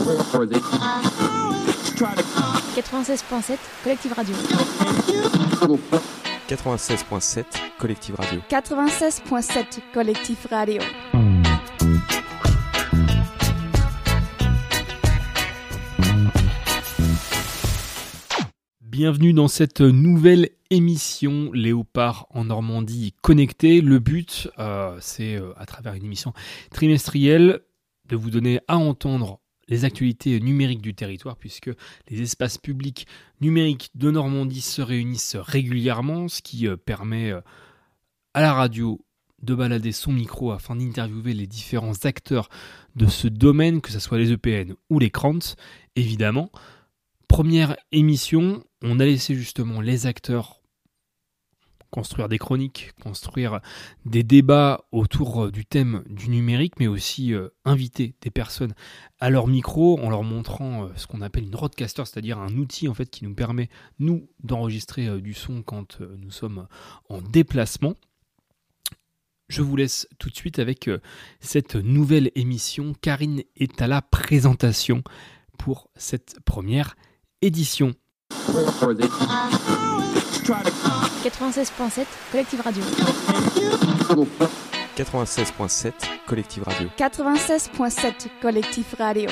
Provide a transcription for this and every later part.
96.7 Collectif Radio. 96.7 Collectif Radio. 96.7 Collectif Radio. Bienvenue dans cette nouvelle émission Léopard en Normandie connectée. Le but, c'est à travers une émission trimestrielle de vous donner à entendre les actualités numériques du territoire, puisque les espaces publics numériques de Normandie se réunissent régulièrement, ce qui permet à la radio de balader son micro afin d'interviewer les différents acteurs de ce domaine, que ce soit les EPN ou les Krantz, évidemment. Première émission, on a laissé justement les acteurs construire des chroniques, construire des débats autour du thème du numérique, mais aussi inviter des personnes à leur micro en leur montrant ce qu'on appelle une broadcaster, c'est-à-dire un outil en fait qui nous permet, nous, d'enregistrer du son quand nous sommes en déplacement. Je vous laisse tout de suite avec cette nouvelle émission. Karine est à la présentation pour cette première édition. 96.7 Collectif Radio. 96.7 Collectif Radio. 96.7 Collectif Radio.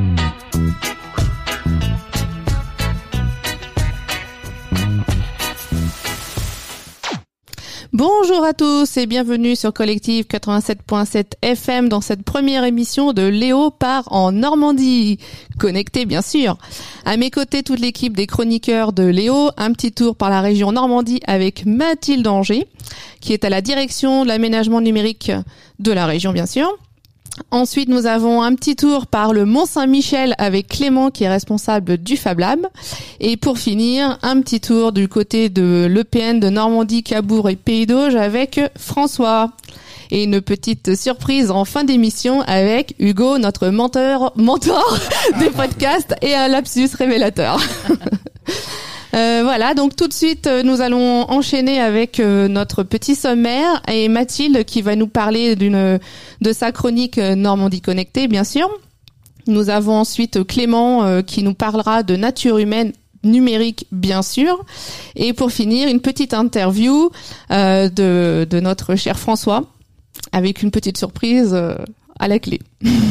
Bonjour à tous et bienvenue sur Collectif 87.7 FM dans cette première émission de Léopard en Normandie. Connecté bien sûr. À mes côtés, toute l'équipe des chroniqueurs de Léo. Un petit tour par la région Normandie avec Mathilde Anger, qui est à la direction de l'aménagement numérique de la région bien sûr. Ensuite, nous avons un petit tour par le Mont-Saint-Michel avec Clément qui est responsable du Fab Lab. Et pour finir, un petit tour du côté de l'EPN de Normandie, Cabourg et Pays d'Auge avec François. Et une petite surprise en fin d'émission avec Hugo, notre mentor des podcasts et un lapsus révélateur. Voilà, donc tout de suite, nous allons enchaîner avec notre petit sommaire et Mathilde qui va nous parler de sa chronique Normandie Connectée, bien sûr. Nous avons ensuite Clément qui nous parlera de nature humaine numérique, bien sûr. Et pour finir, une petite interview de notre cher François avec une petite surprise à la clé.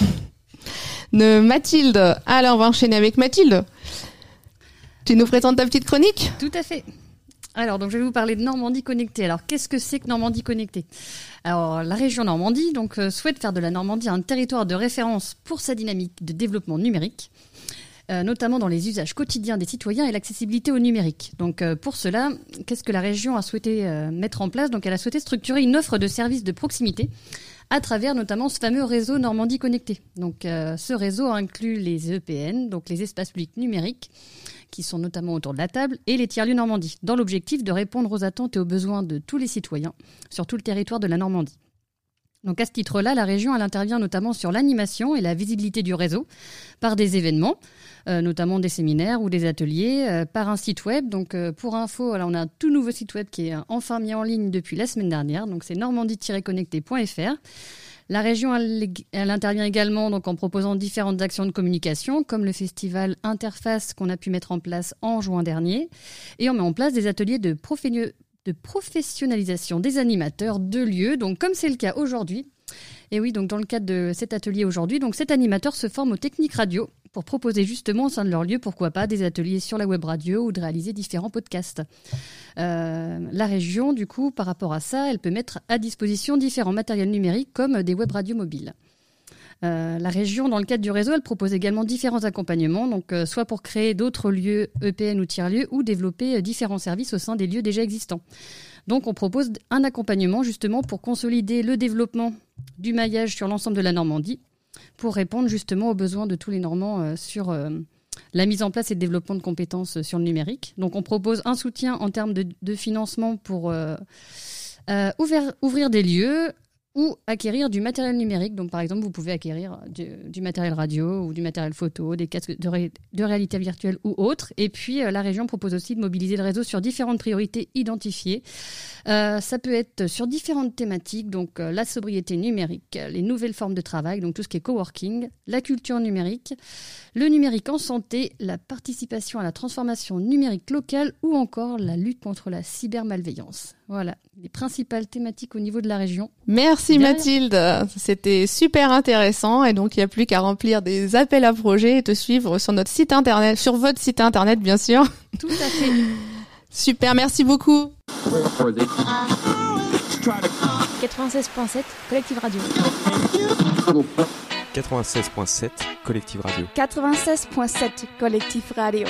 Mathilde, alors on va enchaîner avec Mathilde. Tu nous présentes ta petite chronique ? Tout à fait. Alors, donc, je vais vous parler de Normandie Connectée. Alors, qu'est-ce que c'est que Normandie Connectée ? Alors, la région Normandie souhaite faire de la Normandie un territoire de référence pour sa dynamique de développement numérique, notamment dans les usages quotidiens des citoyens et l'accessibilité au numérique. Donc, pour cela, qu'est-ce que la région a souhaité mettre en place ? Donc, elle a souhaité structurer une offre de services de proximité à travers notamment ce fameux réseau Normandie Connectée. Donc, ce réseau inclut les EPN, donc les espaces publics numériques, qui sont notamment autour de la table, et les tiers-lieux Normandie, dans l'objectif de répondre aux attentes et aux besoins de tous les citoyens sur tout le territoire de la Normandie. Donc à ce titre-là, la région elle intervient notamment sur l'animation et la visibilité du réseau par des événements, notamment des séminaires ou des ateliers, par un site web. Donc pour info, on a un tout nouveau site web qui est enfin mis en ligne depuis la semaine dernière, donc c'est normandie-connecté.fr. La région, elle intervient également donc en proposant différentes actions de communication, comme le festival Interface qu'on a pu mettre en place en juin dernier. Et on met en place des ateliers de professionnalisation des animateurs de lieux, donc comme c'est le cas aujourd'hui. Et oui, donc dans le cadre de cet atelier aujourd'hui, donc cet animateur se forme aux techniques radio pour proposer justement au sein de leur lieu, pourquoi pas, des ateliers sur la web radio ou de réaliser différents podcasts. La région, du coup, par rapport à ça, elle peut mettre à disposition différents matériels numériques comme des web radios mobiles. La région, dans le cadre du réseau, elle propose également différents accompagnements, donc soit pour créer d'autres lieux EPN ou tiers-lieux ou développer différents services au sein des lieux déjà existants. Donc on propose un accompagnement justement pour consolider le développement du maillage sur l'ensemble de la Normandie, pour répondre justement aux besoins de tous les Normands sur la mise en place et le développement de compétences sur le numérique. Donc on propose un soutien en termes de financement pour ouvrir des lieux ou acquérir du matériel numérique. Donc, par exemple, vous pouvez acquérir du matériel radio ou du matériel photo, des casques de réalité virtuelle ou autres. Et puis, la région propose aussi de mobiliser le réseau sur différentes priorités identifiées. Ça peut être sur différentes thématiques, donc la sobriété numérique, les nouvelles formes de travail, donc tout ce qui est coworking, la culture numérique, le numérique en santé, la participation à la transformation numérique locale ou encore la lutte contre la cybermalveillance. Voilà, les principales thématiques au niveau de la région. Merci Derrière. Mathilde, c'était super intéressant et donc il n'y a plus qu'à remplir des appels à projets et te suivre sur notre site internet, sur votre site internet bien sûr. Tout à fait. Super, merci beaucoup. 96.7 Collectif Radio. 96.7 Collectif Radio. 96.7 Collectif Radio.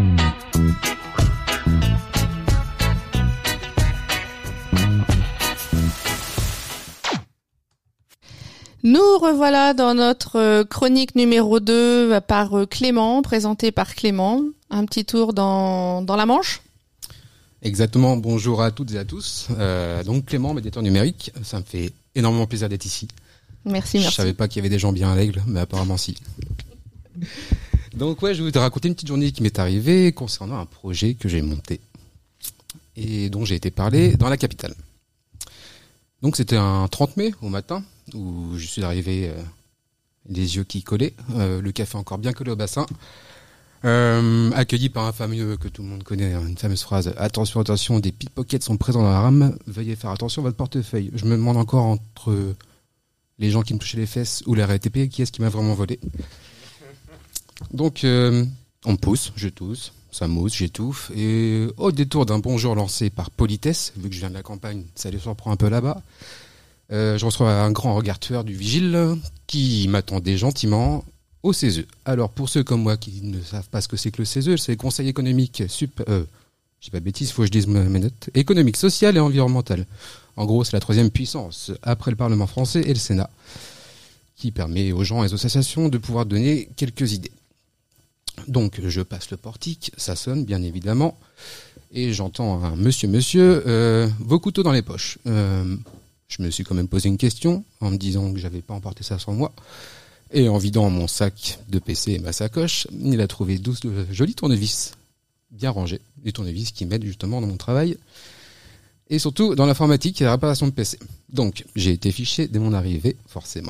Nous revoilà dans notre chronique numéro 2 par Clément, présentée par Clément. Un petit tour dans la Manche. Exactement, bonjour à toutes et à tous. Donc Clément, médiateur numérique, ça me fait énormément plaisir d'être ici. Merci. Je savais pas qu'il y avait des gens bien à l'Aigle, mais apparemment si. Donc ouais, je vais vous raconter une petite journée qui m'est arrivée concernant un projet que j'ai monté et dont j'ai été parlé dans la capitale. Donc c'était un 30 mai au matin où je suis arrivé les yeux qui collaient, le café encore bien collé au bassin. Accueilli par un fameux que tout le monde connaît, une fameuse phrase: attention, attention, des pickpockets sont présents dans la rame, veuillez faire attention à votre portefeuille. Je me demande encore entre les gens qui me touchaient les fesses ou la RATP, qui est-ce qui m'a vraiment volé. Donc on me pousse, je tousse, ça mousse, j'étouffe, et au détour d'un bonjour lancé par politesse, vu que je viens de la campagne, ça les surprend un peu là-bas, je reçois un grand regard tueur du vigile qui m'attendait gentiment au CESE. Alors pour ceux comme moi qui ne savent pas ce que c'est que le CESE, c'est le Conseil économique je dis pas de bêtises, faut que je dise mes notes, économique, social et environnemental. En gros, c'est la troisième puissance après le Parlement français et le Sénat, qui permet aux gens et aux associations de pouvoir donner quelques idées. Donc je passe le portique, ça sonne bien évidemment, et j'entends un monsieur, vos couteaux dans les poches. Je me suis quand même posé une question en me disant que j'avais pas emporté ça sur moi. Et en vidant mon sac de PC et ma sacoche, il a trouvé 12 jolis tournevis bien rangés. Des tournevis qui m'aident justement dans mon travail. Et surtout dans l'informatique et la réparation de PC. Donc j'ai été fiché dès mon arrivée, forcément.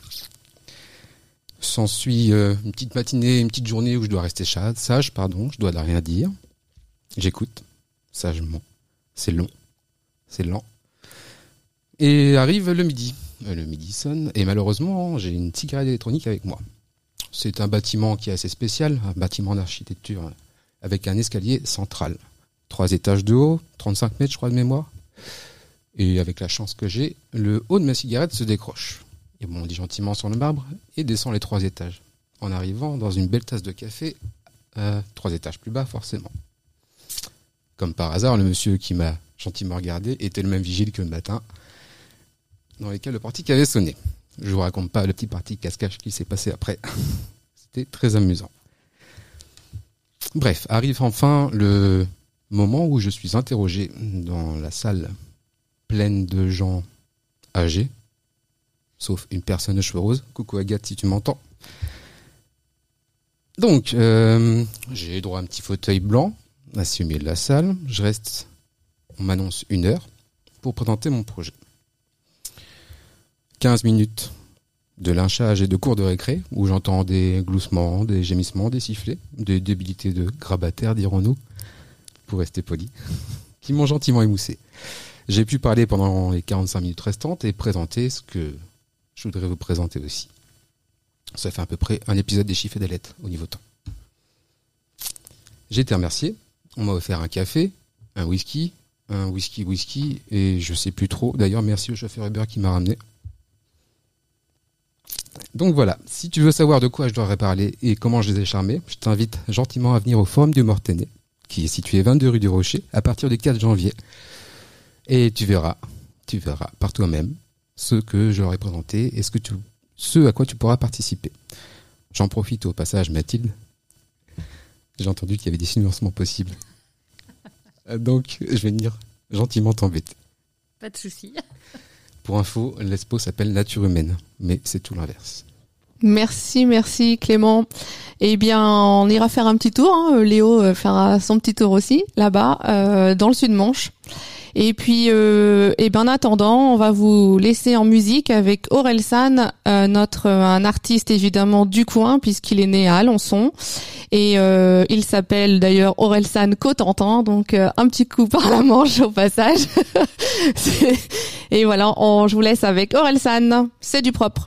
S'ensuit une petite matinée, une petite journée où je dois rester sage, je dois rien dire. J'écoute, sagement. C'est long, c'est lent. Et arrive le midi. Le midi sonne et malheureusement j'ai une cigarette électronique avec moi. C'est un bâtiment qui est assez spécial, un bâtiment d'architecture avec un escalier central. 3 étages de haut, 35 mètres je crois de mémoire. Et avec la chance que j'ai, le haut de ma cigarette se décroche. Il bondit gentiment sur le marbre et descend les 3 étages. En arrivant dans une belle tasse de café, 3 étages plus bas forcément. Comme par hasard, le monsieur qui m'a gentiment regardé était le même vigile que le matin, dans lesquels le portique avait sonné. Je vous raconte pas le petit parti cache-cache qui s'est passé après. C'était très amusant. Bref, arrive enfin le moment où je suis interrogé dans la salle pleine de gens âgés, sauf une personne aux cheveux roses. Coucou Agathe si tu m'entends. Donc, j'ai droit à un petit fauteuil blanc, assis au milieu de la salle. Je reste, on m'annonce 1 heure pour présenter mon projet. 15 minutes de lynchage et de cours de récré, où j'entends des gloussements, des gémissements, des sifflets, des débilités de grabataires, dirons-nous, pour rester poli, qui m'ont gentiment émoussé. J'ai pu parler pendant les 45 minutes restantes et présenter ce que je voudrais vous présenter aussi. Ça fait à peu près un épisode des chiffres et des lettres au niveau temps. J'ai été remercié, on m'a offert un café, un whisky, et je sais plus trop. D'ailleurs, merci au chauffeur Uber qui m'a ramené. Donc voilà, si tu veux savoir de quoi je dois parler et comment je les ai charmés, je t'invite gentiment à venir au Forum du Mortainais, qui est situé 22 rue du Rocher, à partir du 4 janvier. Et tu verras par toi-même ce que j'aurai présenté et ce à quoi tu pourras participer. J'en profite au passage, Mathilde. J'ai entendu qu'il y avait des financements possibles. Donc, je vais venir gentiment t'embêter. Pas de souci. Pour info, l'expo s'appelle Nature humaine, mais c'est tout l'inverse. Merci Clément. Eh bien, on ira faire un petit tour. Léo fera son petit tour aussi là-bas, dans le Sud-Manche. Et puis, en attendant, on va vous laisser en musique avec Orelsan, un artiste évidemment du coin puisqu'il est né à Alençon. Et il s'appelle d'ailleurs Orelsan Cotentin, donc un petit coup par la manche au passage. Et voilà, je vous laisse avec Orelsan. C'est du propre.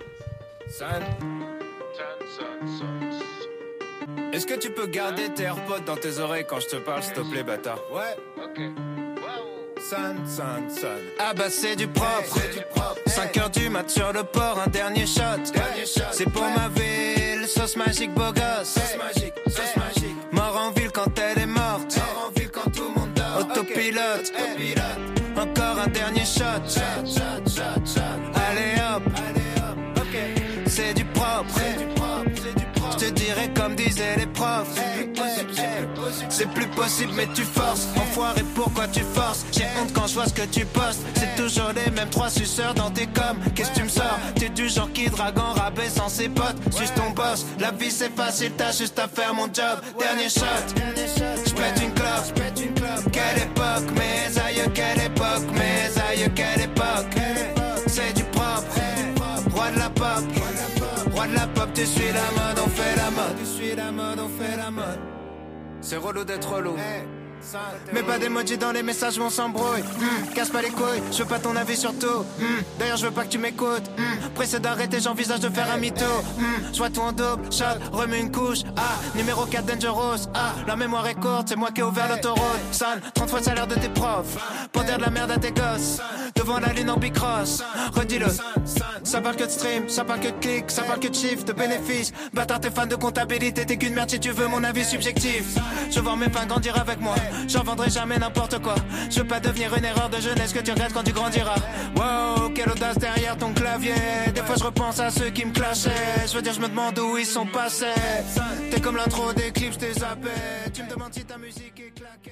Est-ce que tu peux garder tes AirPods dans tes oreilles quand je te parle, s'il te plaît, bâtard? Ouais, ok. Son. Ah bah c'est du propre. 5h du mat sur le port, un dernier shot. C'est pour ma ville, sauce magique, beau gosse. Mort en ville quand elle est morte. Autopilote. Encore un dernier shot. Allez hop. C'est du propre. Je te dirais comme disaient les profs. C'est plus possible mais tu forces. Enfoiré, pourquoi tu forces? J'ai honte quand je vois ce que tu postes. C'est toujours les mêmes 3 suceurs dans tes coms. Qu'est-ce que tu me sors? T'es du genre qui drague en rabais sans ses potes. Juste ton boss. La vie c'est facile, t'as juste à faire mon job. Dernier shot. J'pète une clope. Quelle époque, mes aïeux, quelle époque, mes aïeux, quelle époque. C'est du propre. Roi de la pop. Roi de la pop, tu suis la mode, on fait la mode. Tu suis la mode, on fait la mode. C'est relou d'être relou. Mets pas d'emoji dans les messages, on s'embrouille. Casse pas les couilles, je veux pas ton avis sur tout. D'ailleurs, je veux pas que tu m'écoutes. Pressé d'arrêter, j'envisage de faire un mytho. Je vois tout en double, shot, remue une couche. Numéro 4 Dangerous. La mémoire est courte, c'est moi qui ai ouvert l'autoroute. San, 30 fois le salaire de tes profs. Pour dire de la merde à tes gosses. Devant la ligne en bicross. Redis-le. Ça parle que de stream, ça parle que de clics, ça parle que de chiffres, de bénéfices. Bâtard, t'es fan de comptabilité, t'es qu'une merde si tu veux mon avis subjectif. Je vois mes fans grandir avec moi. J'en vendrai jamais n'importe quoi. Je veux pas devenir une erreur de jeunesse que tu regrettes quand tu grandiras. Wow, quelle audace derrière ton clavier. Des fois je repense à ceux qui me clashaient. Je veux dire, je me demande où ils sont passés. T'es comme l'intro des clips, je t'ai zappé. Tu me demandes si ta musique est claquée.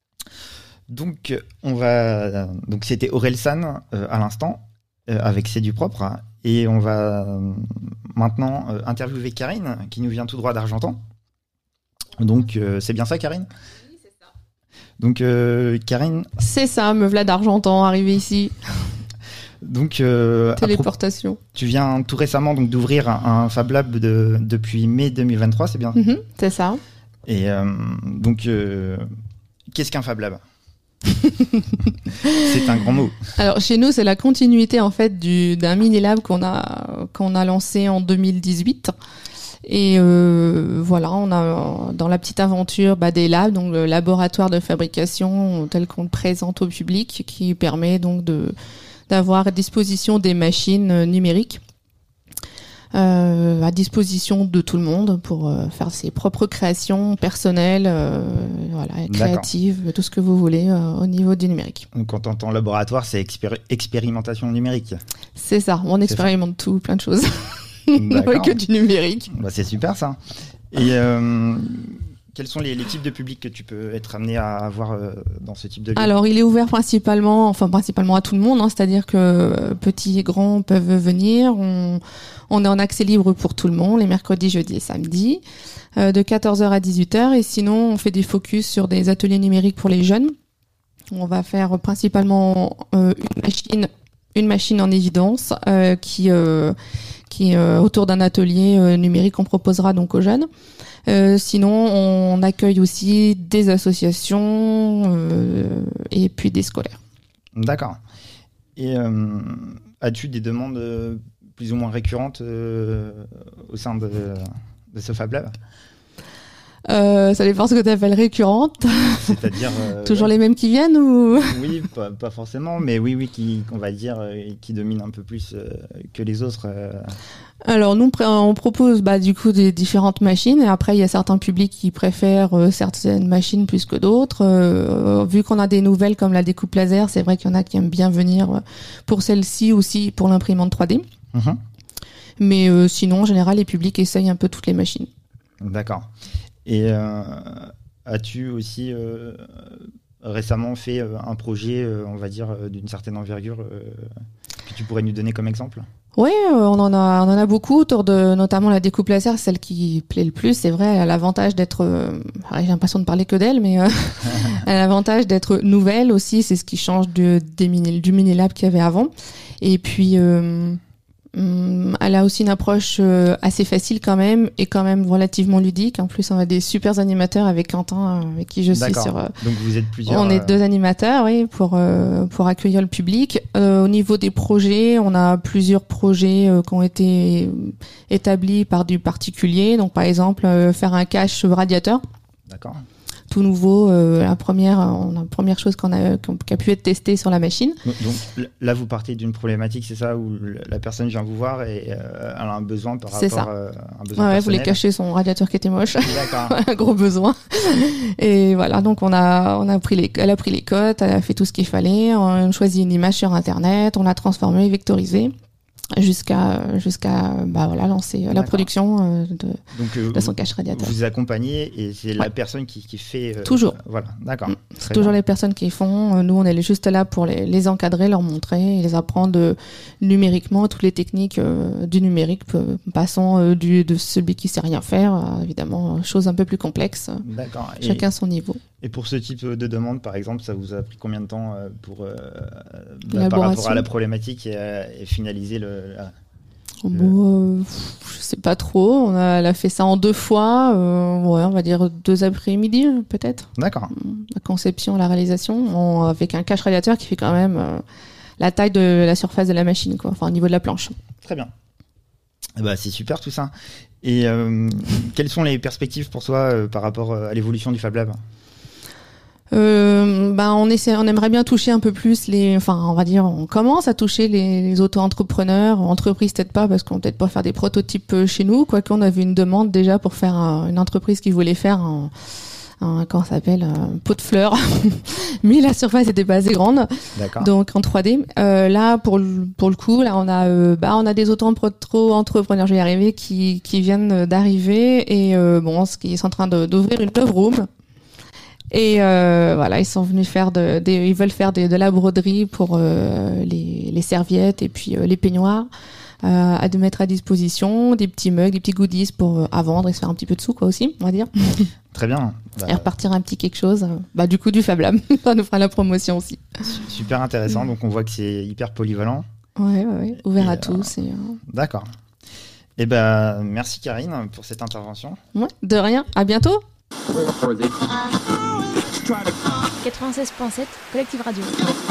Donc c'était Orelsan à l'instant avec C'est du propre, hein, et on va maintenant interviewer Karine qui nous vient tout droit d'Argentan. Donc c'est bien ça, Karine? Oui, c'est ça. Donc Karine, c'est ça, me voilà d'Argentan arrivé ici. Donc téléportation. Tu viens tout récemment donc d'ouvrir un Fab Lab depuis mai 2023, c'est bien? C'est ça. Et donc qu'est-ce qu'un Fab Lab? C'est un grand mot. Alors chez nous, c'est la continuité en fait d'un mini lab qu'on a lancé en 2018. Et voilà, on a dans la petite aventure des labs, donc le laboratoire de fabrication tel qu'on le présente au public, qui permet donc d'avoir à disposition des machines numériques à disposition de tout le monde pour faire ses propres créations personnelles, créatives, tout ce que vous voulez au niveau du numérique. Donc quand on entend laboratoire, c'est expérimentation numérique. C'est ça, on expérimente tout, plein de choses. Pas que du numérique. C'est super ça. Et quels sont les types de publics que tu peux être amené à avoir dans ce type de lieu? Alors, il est ouvert principalement à tout le monde, hein, c'est-à-dire que petits et grands peuvent venir. On est en accès libre pour tout le monde, les mercredis, jeudis et samedis, de 14h à 18h. Et sinon, on fait des focus sur des ateliers numériques pour les jeunes. On va faire principalement une machine en évidence qui autour d'un atelier numérique qu'on proposera donc aux jeunes. Sinon, on accueille aussi des associations et puis des scolaires. D'accord. Et as-tu des demandes plus ou moins récurrentes au sein de ce Fab Lab? Ça dépend ce que tu appelles récurrente. C'est-à-dire toujours les mêmes qui viennent ou? Oui, pas forcément, mais oui, on va dire qui dominent un peu plus que les autres. Alors nous, on propose du coup des différentes machines, et après il y a certains publics qui préfèrent certaines machines plus que d'autres. Vu qu'on a des nouvelles comme la découpe laser, c'est vrai qu'il y en a qui aiment bien venir pour celle-ci, aussi pour l'imprimante 3D. Mmh. Mais sinon, en général, les publics essayent un peu toutes les machines. D'accord. Et as-tu aussi récemment fait un projet, on va dire, d'une certaine envergure que tu pourrais nous donner comme exemple? Oui, on en a beaucoup autour de notamment la découpe laser, celle qui plaît le plus. C'est vrai, elle a l'avantage d'être, j'ai l'impression de parler que d'elle, mais elle a l'avantage d'être nouvelle aussi. C'est ce qui change du Minilab qu'il y avait avant. Et puis elle a aussi une approche assez facile quand même et quand même relativement ludique. En plus, on a des super animateurs avec Quentin, avec qui je suis sur. Donc vous êtes plusieurs. On est 2 animateurs, oui, pour accueillir le public. Au niveau des projets, on a plusieurs projets qui ont été établis par du particulier. Donc par exemple, faire un cache radiateur. D'accord. Tout nouveau, la première chose qui a pu être testée sur la machine. Donc là, vous partez d'une problématique, c'est ça, où la personne vient vous voir et elle a un besoin par rapport à un besoin personnel. Elle voulait cacher son radiateur qui était moche. D'accord. Un gros besoin. Et voilà, donc elle a pris les cotes, elle a fait tout ce qu'il fallait, on a choisi une image sur Internet, on l'a transformée, vectorisée. Jusqu'à lancer la production de son cache radiateur. Vous accompagnez et c'est la personne qui fait toujours. Voilà, d'accord. C'est toujours les personnes qui font. Nous, on est juste là pour les encadrer, leur montrer, et les apprendre numériquement toutes les techniques du numérique, passant de celui qui sait rien faire, évidemment, choses un peu plus complexes. D'accord. Chacun son niveau. Et pour ce type de demande, par exemple, ça vous a pris combien de temps par rapport à la problématique et finaliser je sais pas trop. Elle a fait ça en 2 fois. On va dire 2 après-midi, peut-être. D'accord. La conception et la réalisation, avec un cache radiateur qui fait quand même la taille de la surface de la machine, quoi. Enfin, au niveau de la planche. Très bien. C'est super tout ça. Et quelles sont les perspectives pour toi par rapport à l'évolution du Fab Lab ? On aimerait bien toucher un peu plus on commence à toucher les auto-entrepreneurs, entreprises peut-être pas, parce qu'on va peut-être pas faire des prototypes chez nous, quoique on avait une demande déjà pour faire une entreprise qui voulait faire un pot de fleurs, mais la surface était pas assez grande. D'accord. Donc en 3D. Là pour le coup, là on a des auto-entrepreneurs, je vais y arriver, qui viennent d'arriver et ils sont en train d'ouvrir une love room. Et ils sont venus ils veulent faire de la broderie pour les serviettes et puis les peignoirs, à mettre à disposition des petits mugs, des petits goodies à vendre et se faire un petit peu de sous, quoi, aussi, on va dire. Très bien. Et repartir un petit quelque chose. Du coup, du Fab Lab, ça nous fera la promotion aussi. Super intéressant. Donc on voit que c'est hyper polyvalent. Ouais. Ouvert à tous. D'accord. Et merci Karine pour cette intervention. Ouais, de rien. À bientôt. 96.7 Collectif Radio.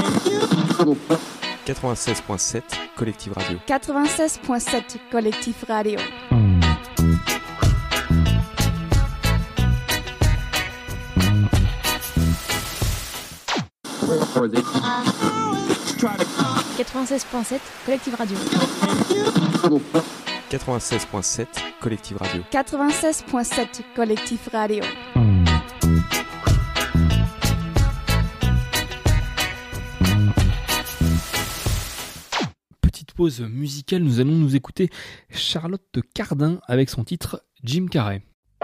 96.7 Collectif Radio. 96.7 Collectif Radio. Collectif Radio. 96.7 Collectif Radio. 96.7 Collectif Radio. Petite pause musicale, nous allons nous écouter Charlotte Cardin avec son titre Jim Carrey.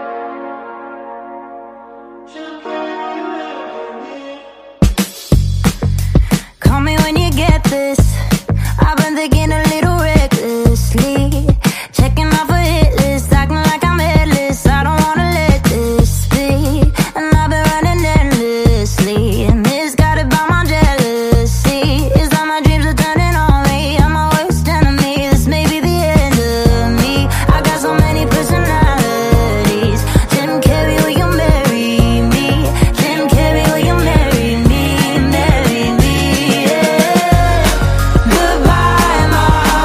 Call me when you get this. I've been thinking a little recklessly, checking off a hit list, acting like I'm headless. I don't wanna let this be, and I've been running endlessly, and this got it by my jealousy. It's like my dreams are turning on me. I'm my worst enemy. This may be the end of me. I got so many personalities. Jim Carrey, will you marry me? Jim Carrey, will you marry me? Marry me, yeah. Goodbye, my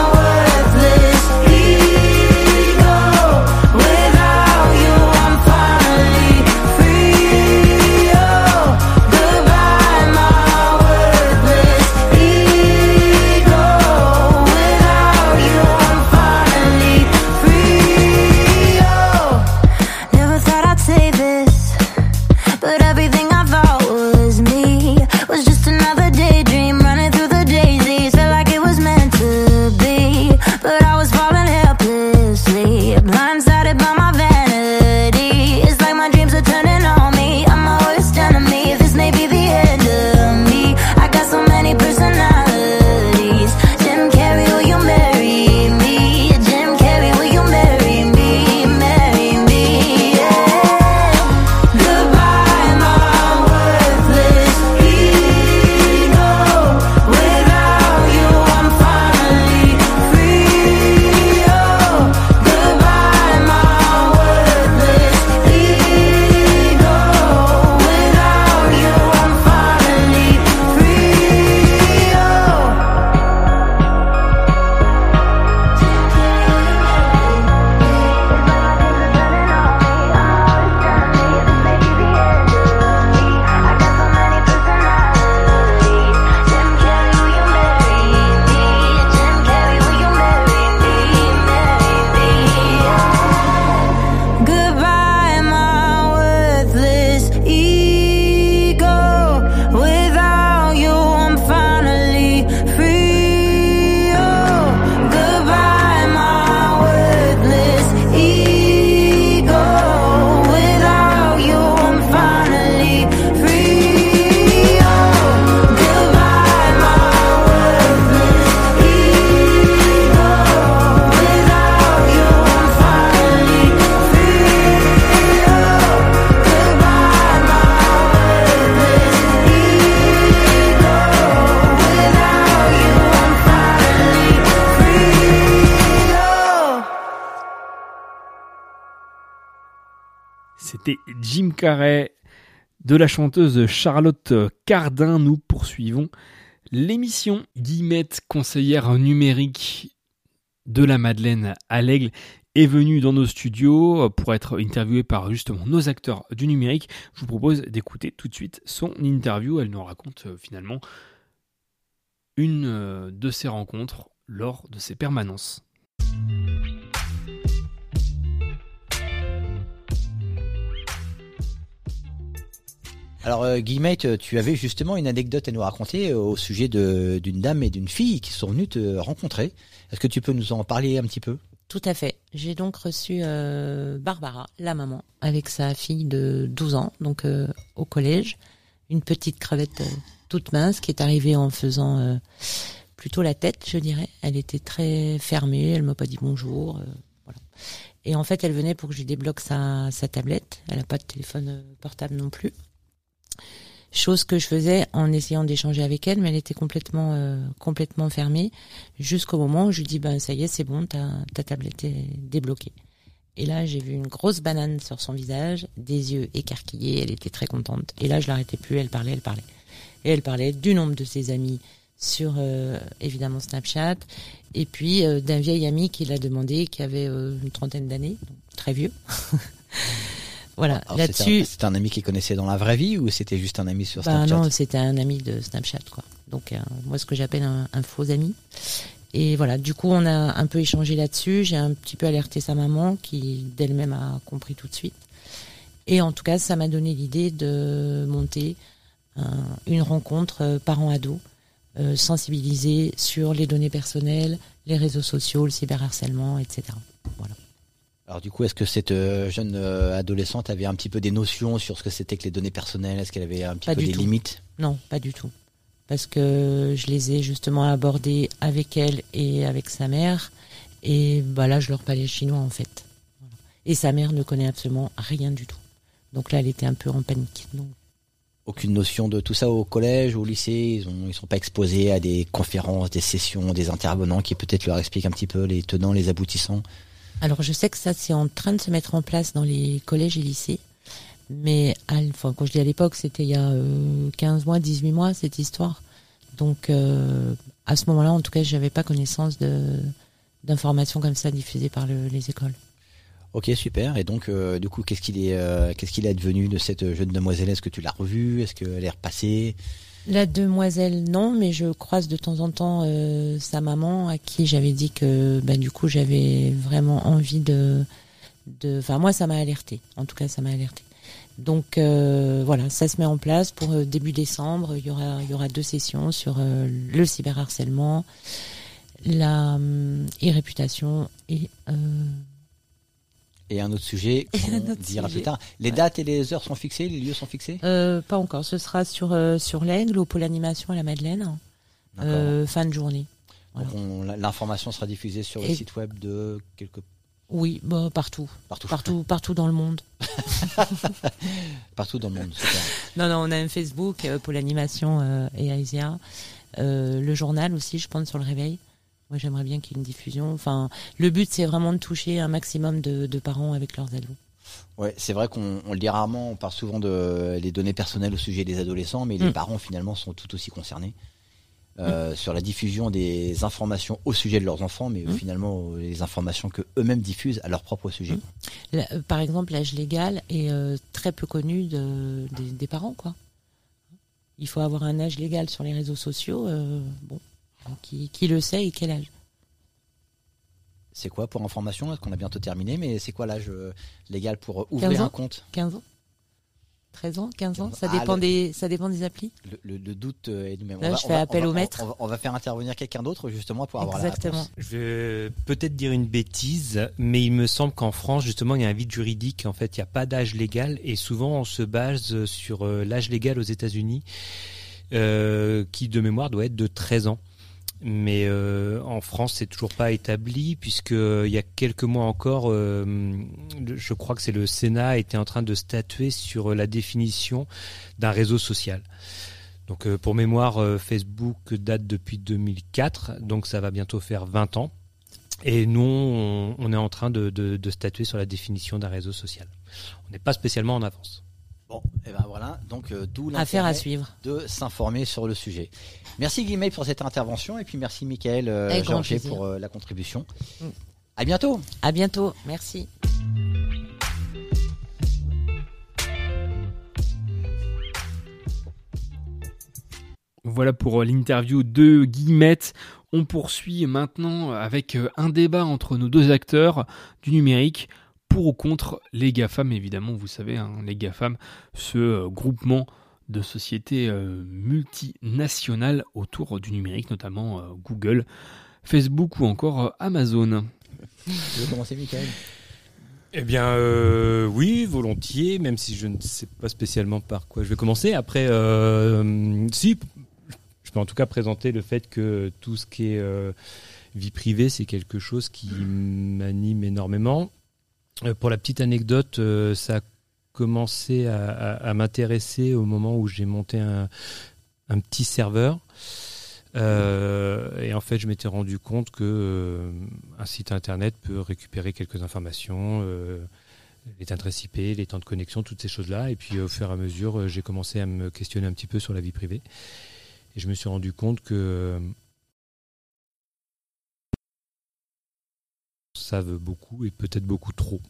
C'était Jim Carrey de la chanteuse Charlotte Cardin. Nous poursuivons l'émission. Guillemette, conseillère numérique de la Madeleine à l'Aigle, est venue dans nos studios pour être interviewée par justement nos acteurs du numérique. Je vous propose d'écouter tout de suite son interview. Elle nous raconte finalement une de ses rencontres lors de ses permanences. Alors Guillemette, tu avais justement une anecdote à nous raconter au sujet d'une dame et d'une fille qui sont venues te rencontrer. Est-ce que tu peux nous en parler un petit peu ? Tout à fait. J'ai donc reçu Barbara, la maman, avec sa fille de 12 ans, donc au collège. Une petite crevette toute mince qui est arrivée en faisant plutôt la tête, je dirais. Elle était très fermée, elle m'a pas dit bonjour. Voilà. Et en fait, elle venait pour que je lui débloque sa tablette. Elle n'a pas de téléphone portable non plus. Chose que je faisais en essayant d'échanger avec elle, mais elle était complètement fermée, jusqu'au moment où je lui dis ça y est, c'est bon, ta tablette est débloquée. Et là, j'ai vu une grosse banane sur son visage, des yeux écarquillés, elle était très contente. Et là, je l'arrêtais plus, elle parlait. Et elle parlait du nombre de ses amis sur évidemment Snapchat, et puis d'un vieil ami qui l'a demandé, qui avait une trentaine d'années, donc très vieux. Voilà. Alors, là-dessus, c'était un ami qu'il connaissait dans la vraie vie ou c'était juste un ami sur Snapchat ? Non, c'était un ami de Snapchat, quoi. Donc moi, ce que j'appelle un faux ami. Et voilà, du coup, on a un peu échangé là-dessus. J'ai un petit peu alerté sa maman, qui d'elle-même a compris tout de suite. Et en tout cas, ça m'a donné l'idée de monter une rencontre parents-ados, sensibiliser sur les données personnelles, les réseaux sociaux, le cyberharcèlement, etc. Voilà. Alors du coup, est-ce que cette jeune adolescente avait un petit peu des notions sur ce que c'était que les données personnelles ? Est-ce qu'elle avait un petit peu des limites ? Non, pas du tout. Parce que je les ai justement abordées avec elle et avec sa mère. Et là, je leur parlais chinois en fait. Voilà. Et sa mère ne connaît absolument rien du tout. Donc là, elle était un peu en panique. Donc... Aucune notion de tout ça au collège, au lycée ? Ils sont pas exposés à des conférences, des sessions, des intervenants qui peut-être leur expliquent un petit peu les tenants, les aboutissants ? Alors, je sais que ça, c'est en train de se mettre en place dans les collèges et lycées. Mais, quand je dis à l'époque, c'était il y a 15 mois, 18 mois, cette histoire. Donc, à ce moment-là, en tout cas, j'avais pas connaissance d'informations comme ça diffusées par les écoles. Ok, super. Et donc, du coup, qu'est-ce qu'il est advenu de cette jeune demoiselle ? Est-ce que tu l'as revue ? Est-ce qu'elle est repassée ? La demoiselle, non, mais je croise de temps en temps sa maman, à qui j'avais dit que du coup j'avais vraiment envie moi ça m'a alerté. En tout cas, ça m'a alerté. Donc voilà, ça se met en place pour début décembre. Il y aura 2 sessions sur le cyberharcèlement, la e-réputation et un autre sujet qu'on dira plus tard. Les dates et les heures sont fixées, les lieux sont fixés ? Pas encore. Ce sera sur l'Aigle, au pôle animation à la Madeleine, fin de journée. Voilà. Donc l'information sera diffusée sur le site web de quelque... Oui, partout. Partout dans le monde. Partout dans le monde, super. Non, on a un Facebook, pôle animation et Aisia. Le journal aussi, je pense, sur le réveil. Moi, j'aimerais bien qu'il y ait une diffusion. Enfin, le but, c'est vraiment de toucher un maximum de parents avec leurs ados. Ouais, c'est vrai qu'on le dit rarement. On parle souvent des données personnelles au sujet des adolescents, mais les parents, finalement, sont tout aussi concernés sur la diffusion des informations au sujet de leurs enfants, mais finalement, les informations que eux-mêmes diffusent à leur propre sujet. Par exemple, l'âge légal est très peu connu des parents, quoi. Il faut avoir un âge légal sur les réseaux sociaux. Qui le sait et quel âge ? C'est quoi pour information ? Est-ce qu'on a bientôt terminé ? Mais c'est quoi l'âge légal pour ouvrir un compte ? 15 ans 13 ans 15 ans, ça dépend des applis. Le doute est nous. Là, je fais appel au maître. On va faire intervenir quelqu'un d'autre justement pour avoir la réponse. Je vais peut-être dire une bêtise, mais il me semble qu'en France, justement, il y a un vide juridique. En fait, il n'y a pas d'âge légal et souvent on se base sur l'âge légal aux États-Unis, qui de mémoire doit être de 13 ans. Mais en France, c'est toujours pas établi, puisque il y a quelques mois encore, je crois que c'est le Sénat était en train de statuer sur la définition d'un réseau social. Donc pour mémoire, Facebook date depuis 2004, donc ça va bientôt faire 20 ans. Et nous, on est en train de statuer sur la définition d'un réseau social. On n'est pas spécialement en avance. Bon, et ben voilà, donc d'où l'intérêt Affaire à suivre de s'informer sur le sujet. Merci Guillemette pour cette intervention et puis merci Michael Georget pour la contribution. À bientôt. À bientôt, merci. Voilà pour l'interview de Guillemette. On poursuit maintenant avec un débat entre nos deux acteurs du numérique pour ou contre les GAFAM. Évidemment, vous savez, les GAFAM, ce groupement de sociétés multinationales autour du numérique, notamment Google, Facebook ou encore Amazon. Tu veux commencer, Michael ? Eh bien, oui, volontiers, même si je ne sais pas spécialement par quoi je vais commencer. Après, si, je peux en tout cas présenter le fait que tout ce qui est vie privée, c'est quelque chose qui m'anime énormément. Pour la petite anecdote, ça a commencé à m'intéresser au moment où j'ai monté un petit serveur. Et en fait, je m'étais rendu compte que un site internet peut récupérer quelques informations, les adresses IP, les temps de connexion, toutes ces choses-là. Et puis, au fur et à mesure, j'ai commencé à me questionner un petit peu sur la vie privée. Et je me suis rendu compte que ça veut beaucoup et peut-être beaucoup trop.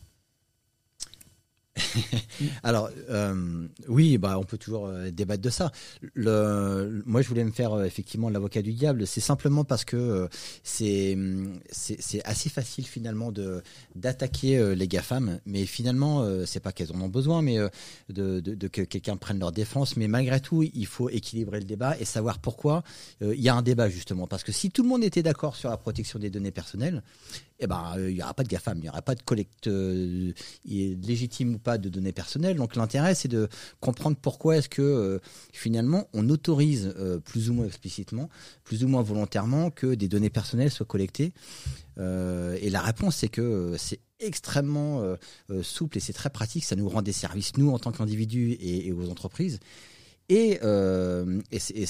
Alors, oui, on peut toujours débattre de ça. Moi, je voulais me faire effectivement l'avocat du diable. C'est simplement parce que c'est assez facile finalement d'attaquer les GAFAM, mais finalement, c'est pas qu'elles en ont besoin, mais que quelqu'un prenne leur défense. Mais malgré tout, il faut équilibrer le débat et savoir pourquoi il y a un débat justement. Parce que si tout le monde était d'accord sur la protection des données personnelles, il n'y aura pas de GAFAM, il n'y aura pas de collecte légitime ou pas de données personnelles. Donc l'intérêt, c'est de comprendre pourquoi est-ce que finalement on autorise plus ou moins explicitement, plus ou moins volontairement que des données personnelles soient collectées. Et la réponse, c'est que c'est extrêmement souple et c'est très pratique. Ça nous rend des services, nous, en tant qu'individus et aux entreprises. Et ce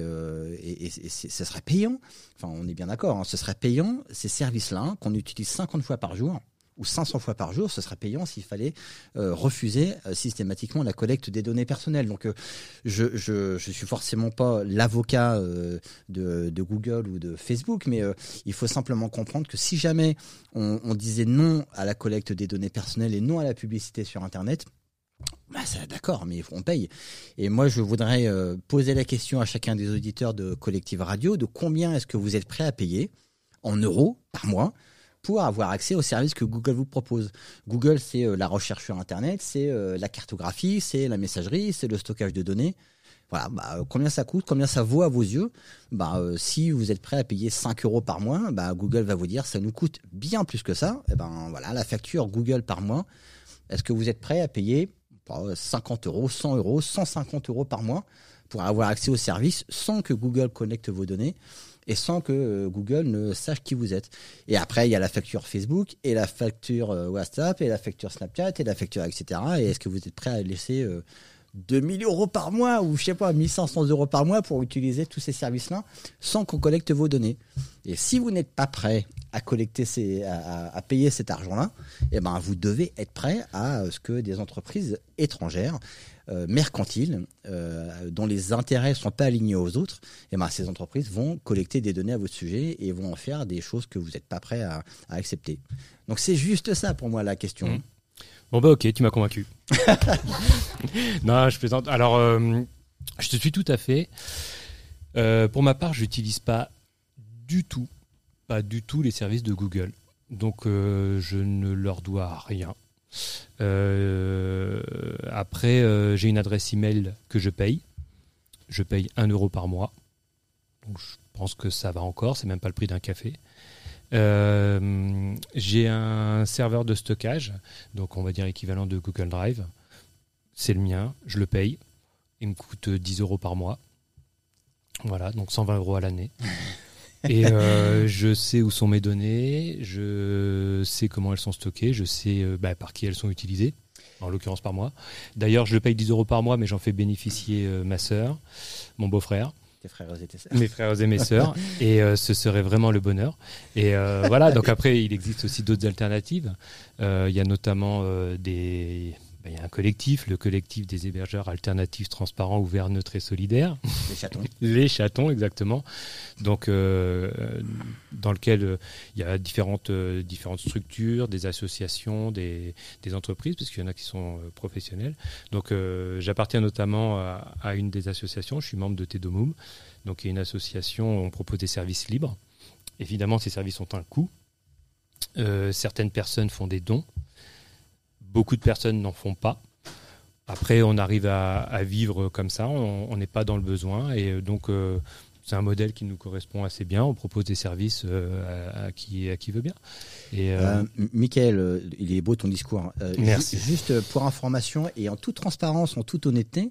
serait payant, enfin on est bien d'accord, ce serait payant, ces services-là, qu'on utilise 50 fois par jour, ou 500 fois par jour, ce serait payant s'il fallait refuser systématiquement la collecte des données personnelles. Donc je suis forcément pas l'avocat de Google ou de Facebook, mais il faut simplement comprendre que si jamais on disait non à la collecte des données personnelles et non à la publicité sur Internet, c'est d'accord, mais on paye. Et moi, je voudrais poser la question à chacun des auditeurs de Collective Radio de combien est-ce que vous êtes prêt à payer en euros par mois pour avoir accès aux services que Google vous propose. Google, c'est la recherche sur Internet, c'est la cartographie, c'est la messagerie, c'est le stockage de données. Voilà, combien ça coûte, combien ça vaut à vos yeux. Si vous êtes prêt à payer 5 euros par mois, Google va vous dire ça nous coûte bien plus que ça. Et voilà, la facture Google par mois. Est-ce que vous êtes prêt à payer 50 euros, 100 euros, 150 euros par mois pour avoir accès aux services sans que Google connecte vos données et sans que Google ne sache qui vous êtes. Et après, il y a la facture Facebook et la facture WhatsApp et la facture Snapchat et la facture etc. Et est-ce que vous êtes prêt à laisser 2000 euros par mois ou je sais pas 1500 euros par mois pour utiliser tous ces services-là sans qu'on collecte vos données? Et si vous n'êtes pas prêt à collecter à payer cet argent-là, vous devez être prêt à ce que des entreprises étrangères, mercantiles, dont les intérêts sont pas alignés aux autres, ces entreprises vont collecter des données à votre sujet et vont en faire des choses que vous n'êtes pas prêt à accepter. Donc c'est juste ça pour moi la question. Bon ok, tu m'as convaincu. Non, je plaisante. Alors, je te suis tout à fait. Pour ma part, j'utilise pas du tout les services de Google. Donc, je ne leur dois rien. Après, j'ai une adresse email que je paye. Je paye 1 euro par mois. Donc, je pense que ça va encore. C'est même pas le prix d'un café. J'ai un serveur de stockage, donc on va dire équivalent de Google Drive. C'est le mien, je le paye. Il me coûte 10 euros par mois. Voilà, donc 120 euros à l'année. Et je sais où sont mes données, je sais comment elles sont stockées, je sais par qui elles sont utilisées, en l'occurrence par moi. D'ailleurs, je le paye 10 euros par mois, mais j'en fais bénéficier ma sœur, mon beau-frère. tes frères et tes sœurs. Mes frères et mes sœurs. Et ce serait vraiment le bonheur. Et voilà, donc après, il existe aussi d'autres alternatives. Il y a notamment il y a un collectif, le collectif des hébergeurs alternatifs, transparents, ouverts, neutres et solidaires. Les chatons. Les chatons, exactement. Donc, dans lequel il y a différentes structures, des associations, des entreprises, parce qu'il y en a qui sont professionnels. Donc, j'appartiens notamment à une des associations. Je suis membre de Tedomum. Donc, il y a une association où on propose des services libres. Évidemment, ces services ont un coût. Certaines personnes font des dons. Beaucoup de personnes n'en font pas. Après, on arrive à vivre comme ça, on n'est pas dans le besoin. Et donc, c'est un modèle qui nous correspond assez bien. On propose des services à qui veut bien. Michael, il est beau ton discours. Merci. Juste pour information et en toute transparence, en toute honnêteté,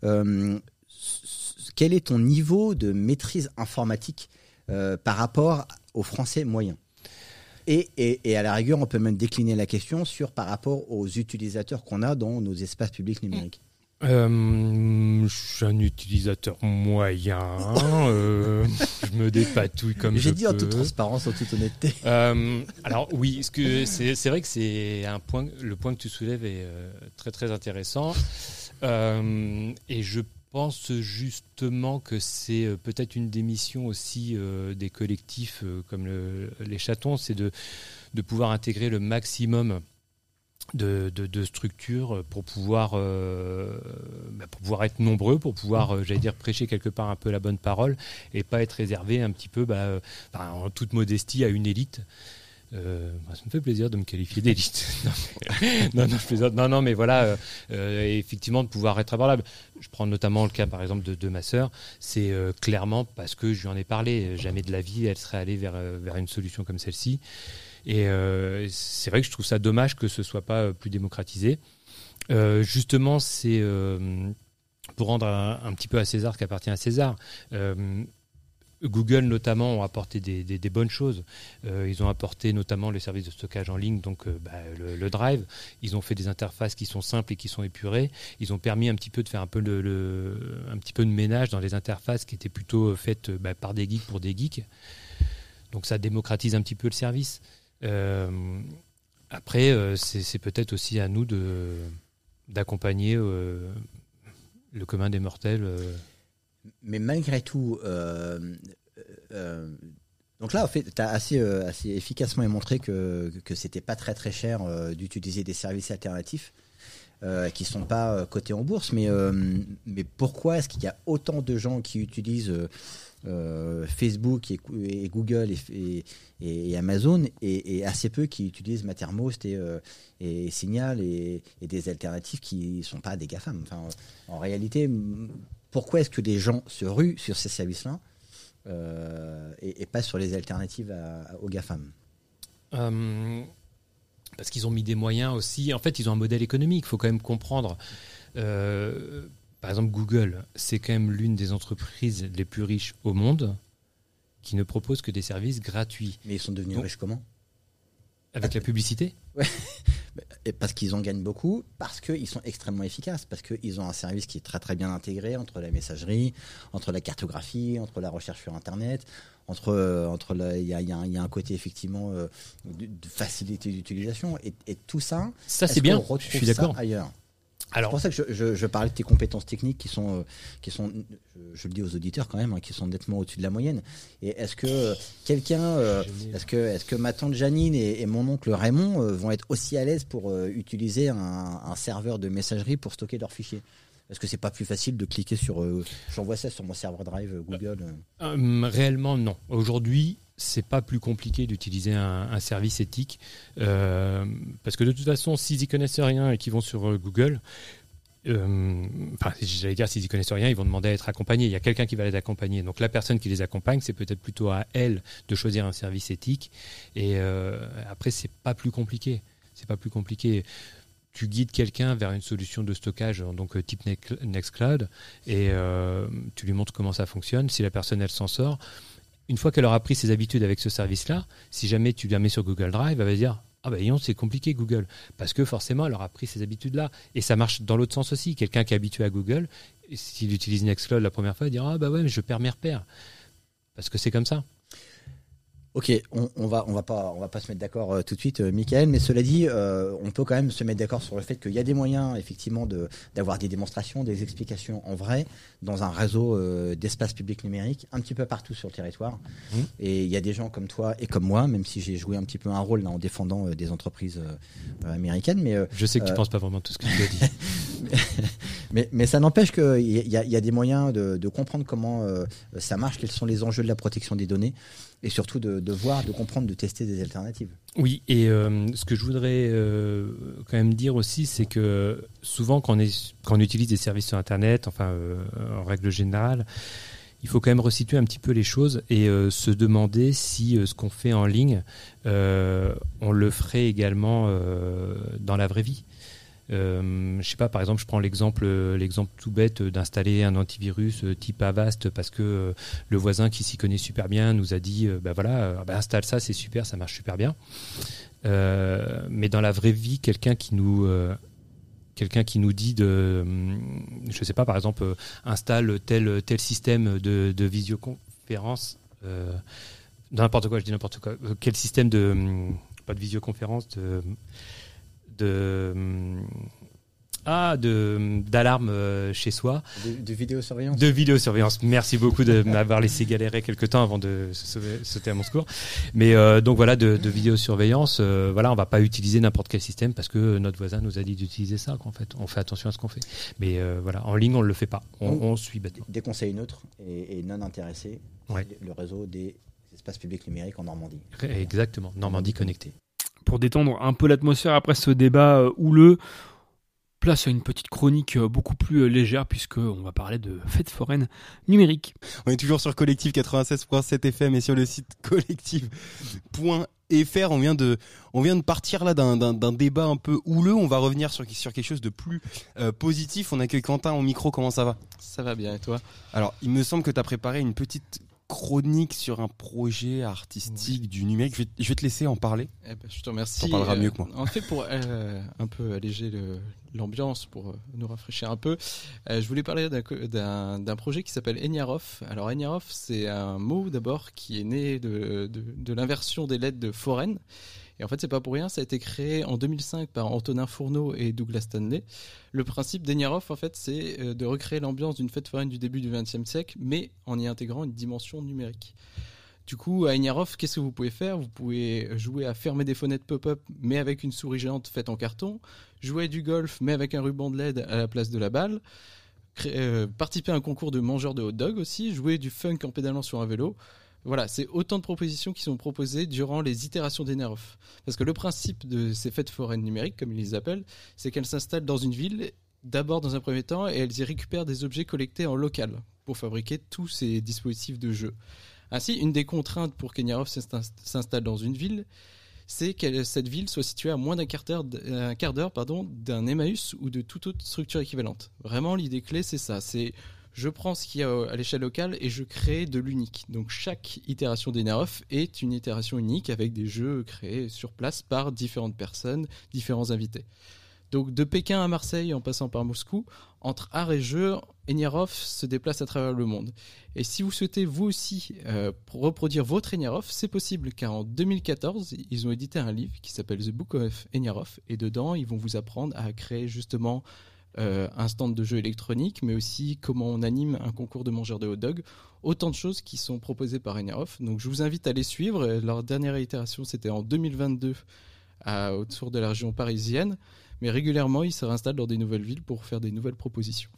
quel est ton niveau de maîtrise informatique par rapport aux Français moyens ? Et à la rigueur, on peut même décliner la question par rapport aux utilisateurs qu'on a dans nos espaces publics numériques. Je suis un utilisateur moyen. Je me dépatouille comme je peux. J'ai dit en toute transparence, en toute honnêteté. Alors oui, c'est vrai que c'est le point que tu soulèves est très très intéressant. Et je pense justement que c'est peut-être une des missions aussi des collectifs comme les chatons, c'est de pouvoir intégrer le maximum de structures pour pouvoir être nombreux, pour pouvoir, prêcher quelque part un peu la bonne parole et pas être réservé un petit peu, en toute modestie, à une élite. Ça me fait plaisir de me qualifier d'élite. Non, je plaisante. Non, mais voilà, effectivement, de pouvoir être abordable. Je prends notamment le cas, par exemple, de ma sœur. C'est clairement parce que je lui en ai parlé. Jamais de la vie, elle serait allée vers une solution comme celle-ci. Et c'est vrai que je trouve ça dommage que ce soit pas plus démocratisé. Justement, c'est pour rendre un petit peu à César ce qui appartient à César. Google notamment ont apporté des bonnes choses. Ils ont apporté notamment le service de stockage en ligne, donc le Drive. Ils ont fait des interfaces qui sont simples et qui sont épurées. Ils ont permis un petit peu de faire un peu un petit peu de ménage dans les interfaces qui étaient plutôt faites par des geeks pour des geeks. Donc ça démocratise un petit peu le service. Après, c'est peut-être aussi à nous d'accompagner le commun des mortels. Mais malgré tout, donc là, en fait, tu as assez efficacement montré que c'était pas très très cher d'utiliser des services alternatifs qui sont pas cotés en bourse. Mais pourquoi est-ce qu'il y a autant de gens qui utilisent Facebook et Google et Amazon et assez peu qui utilisent Mattermost et Signal et des alternatives qui sont pas des GAFAM. Enfin, en réalité, pourquoi est-ce que les gens se ruent sur ces services-là et pas sur les alternatives aux GAFAM ? Parce qu'ils ont mis des moyens aussi. En fait, ils ont un modèle économique. Il faut quand même comprendre. Par exemple, Google, c'est quand même l'une des entreprises les plus riches au monde qui ne propose que des services gratuits. Mais ils sont devenus riches comment ? Avec la publicité ? Ouais. Et parce qu'ils en gagnent beaucoup, parce qu'ils sont extrêmement efficaces, parce qu'ils ont un service qui est très très bien intégré entre la messagerie, entre la cartographie, entre la recherche sur Internet, il y a un côté effectivement de facilité d'utilisation et tout ça. Ça c'est bien. Je suis d'accord. Ailleurs. Alors, c'est pour ça que je parlais de tes compétences techniques qui sont, je le dis aux auditeurs quand même, qui sont nettement au-dessus de la moyenne. Et est-ce que est-ce que ma tante Janine et mon oncle Raymond vont être aussi à l'aise pour utiliser un serveur de messagerie pour stocker leurs fichiers ? Est-ce que c'est pas plus facile de cliquer sur j'envoie ça sur mon serveur Drive Google Réellement non. Aujourd'hui, c'est pas plus compliqué d'utiliser un service éthique parce que de toute façon, s'ils y connaissent rien et qu'ils vont sur Google, s'ils y connaissent rien, ils vont demander à être accompagnés. Il y a quelqu'un qui va les accompagner. Donc la personne qui les accompagne, c'est peut-être plutôt à elle de choisir un service éthique. Et après, c'est pas plus compliqué. Tu guides quelqu'un vers une solution de stockage, donc type Nextcloud, et tu lui montres comment ça fonctionne. Si la personne, elle s'en sort, une fois qu'elle aura pris ses habitudes avec ce service-là, si jamais tu la mets sur Google Drive, elle va dire Ah ben c'est compliqué Google, parce que forcément elle aura pris ces habitudes-là. Et ça marche dans l'autre sens aussi. Quelqu'un qui est habitué à Google, s'il utilise Nextcloud la première fois, il dira ah bah ouais mais je perds mes repères, parce que c'est comme ça. Ok, on va pas se mettre d'accord tout de suite, Michael, mais cela dit, on peut quand même se mettre d'accord sur le fait qu'il y a des moyens effectivement d'avoir des démonstrations, des explications en vrai dans un réseau d'espace public numérique un petit peu partout sur le territoire. Et il y a des gens comme toi et comme moi, même si j'ai joué un petit peu un rôle là en défendant des entreprises américaines, mais je sais que tu penses pas vraiment tout ce que tu as dit. mais ça n'empêche qu'il y a des moyens de comprendre comment ça marche, quels sont les enjeux de la protection des données. Et surtout de voir, de comprendre, de tester des alternatives. Oui, et ce que je voudrais quand même dire aussi, c'est que souvent quand on utilise des services sur Internet, enfin en règle générale, il faut quand même resituer un petit peu les choses et se demander si ce qu'on fait en ligne, on le ferait également dans la vraie vie. Je sais pas, par exemple, je prends l'exemple tout bête d'installer un antivirus type Avast parce que le voisin qui s'y connaît super bien nous a dit installe ça, c'est super, ça marche super bien. Mais dans la vraie vie, quelqu'un qui nous dit je sais pas, par exemple, installe tel système de visioconférence, n'importe quoi, je dis n'importe quoi. Quel système pas de visioconférence, d'alarme chez soi. De vidéosurveillance. De vidéosurveillance. Merci beaucoup de m'avoir laissé galérer quelques temps avant de sauter à mon secours. Mais donc voilà, de vidéosurveillance, on va pas utiliser n'importe quel système parce que notre voisin nous a dit d'utiliser ça. En fait, on fait attention à ce qu'on fait. Mais en ligne, on le fait pas. On suit bêtement. Des conseils neutres et non intéressés. Ouais. Le réseau des espaces publics numériques en Normandie. Exactement. Normandie connectée. Pour détendre un peu l'atmosphère après ce débat houleux, place à une petite chronique beaucoup plus légère puisqu'on va parler de fêtes foraines numériques. On est toujours sur Collectif 96.7 FM et sur le site collectif.fr. On vient de partir là d'un débat un peu houleux. On va revenir sur quelque chose de plus positif. On accueille Quentin au micro. Comment ça va ? Ça va bien, et toi ? Alors, il me semble que tu as préparé une petite chronique sur un projet artistique du numérique. Je vais te laisser en parler. Je te remercie. Tu en parleras mieux que moi. En fait, pour un peu alléger l'ambiance, pour nous rafraîchir un peu, je voulais parler d'un projet qui s'appelle Eniarof. Alors Eniarof, c'est un mot d'abord qui est né de l'inversion des lettres de foraine. Et en fait, c'est pas pour rien, ça a été créé en 2005 par Antonin Fourneau et Douglas Stanley. Le principe d'Eniarof, en fait, c'est de recréer l'ambiance d'une fête foraine du début du XXe siècle, mais en y intégrant une dimension numérique. Du coup, à Eniarof, qu'est-ce que vous pouvez faire ? Vous pouvez jouer à fermer des fenêtres pop-up, mais avec une souris géante faite en carton, jouer à du golf, mais avec un ruban de LED à la place de la balle, participer à un concours de mangeurs de hot dog aussi, jouer du funk en pédalant sur un vélo. Voilà, c'est autant de propositions qui sont proposées durant les itérations d'Eniarof. Parce que le principe de ces fêtes foraines numériques, comme ils les appellent, c'est qu'elles s'installent dans une ville, d'abord dans un premier temps, et elles y récupèrent des objets collectés en local pour fabriquer tous ces dispositifs de jeu. Ainsi, une des contraintes pour qu'Eniarof s'installe dans une ville, c'est que cette ville soit située à moins d'un quart d'heure d'un Emmaüs ou de toute autre structure équivalente. Vraiment, l'idée clé, c'est ça. C'est je prends ce qu'il y a à l'échelle locale et je crée de l'unique. Donc chaque itération d'Eniarof est une itération unique avec des jeux créés sur place par différentes personnes, différents invités. Donc de Pékin à Marseille en passant par Moscou, entre art et jeu, Eniarof se déplace à travers le monde. Et si vous souhaitez vous aussi reproduire votre Eniarof, c'est possible car en 2014, ils ont édité un livre qui s'appelle The Book of Eniarof et dedans, ils vont vous apprendre à créer justement un stand de jeu électronique, mais aussi comment on anime un concours de mangeurs de hot dog. Autant de choses qui sont proposées par Eniarof. Donc je vous invite à les suivre. Leur dernière itération, c'était en 2022 autour de la région parisienne. Mais régulièrement, ils se réinstallent dans des nouvelles villes pour faire des nouvelles propositions.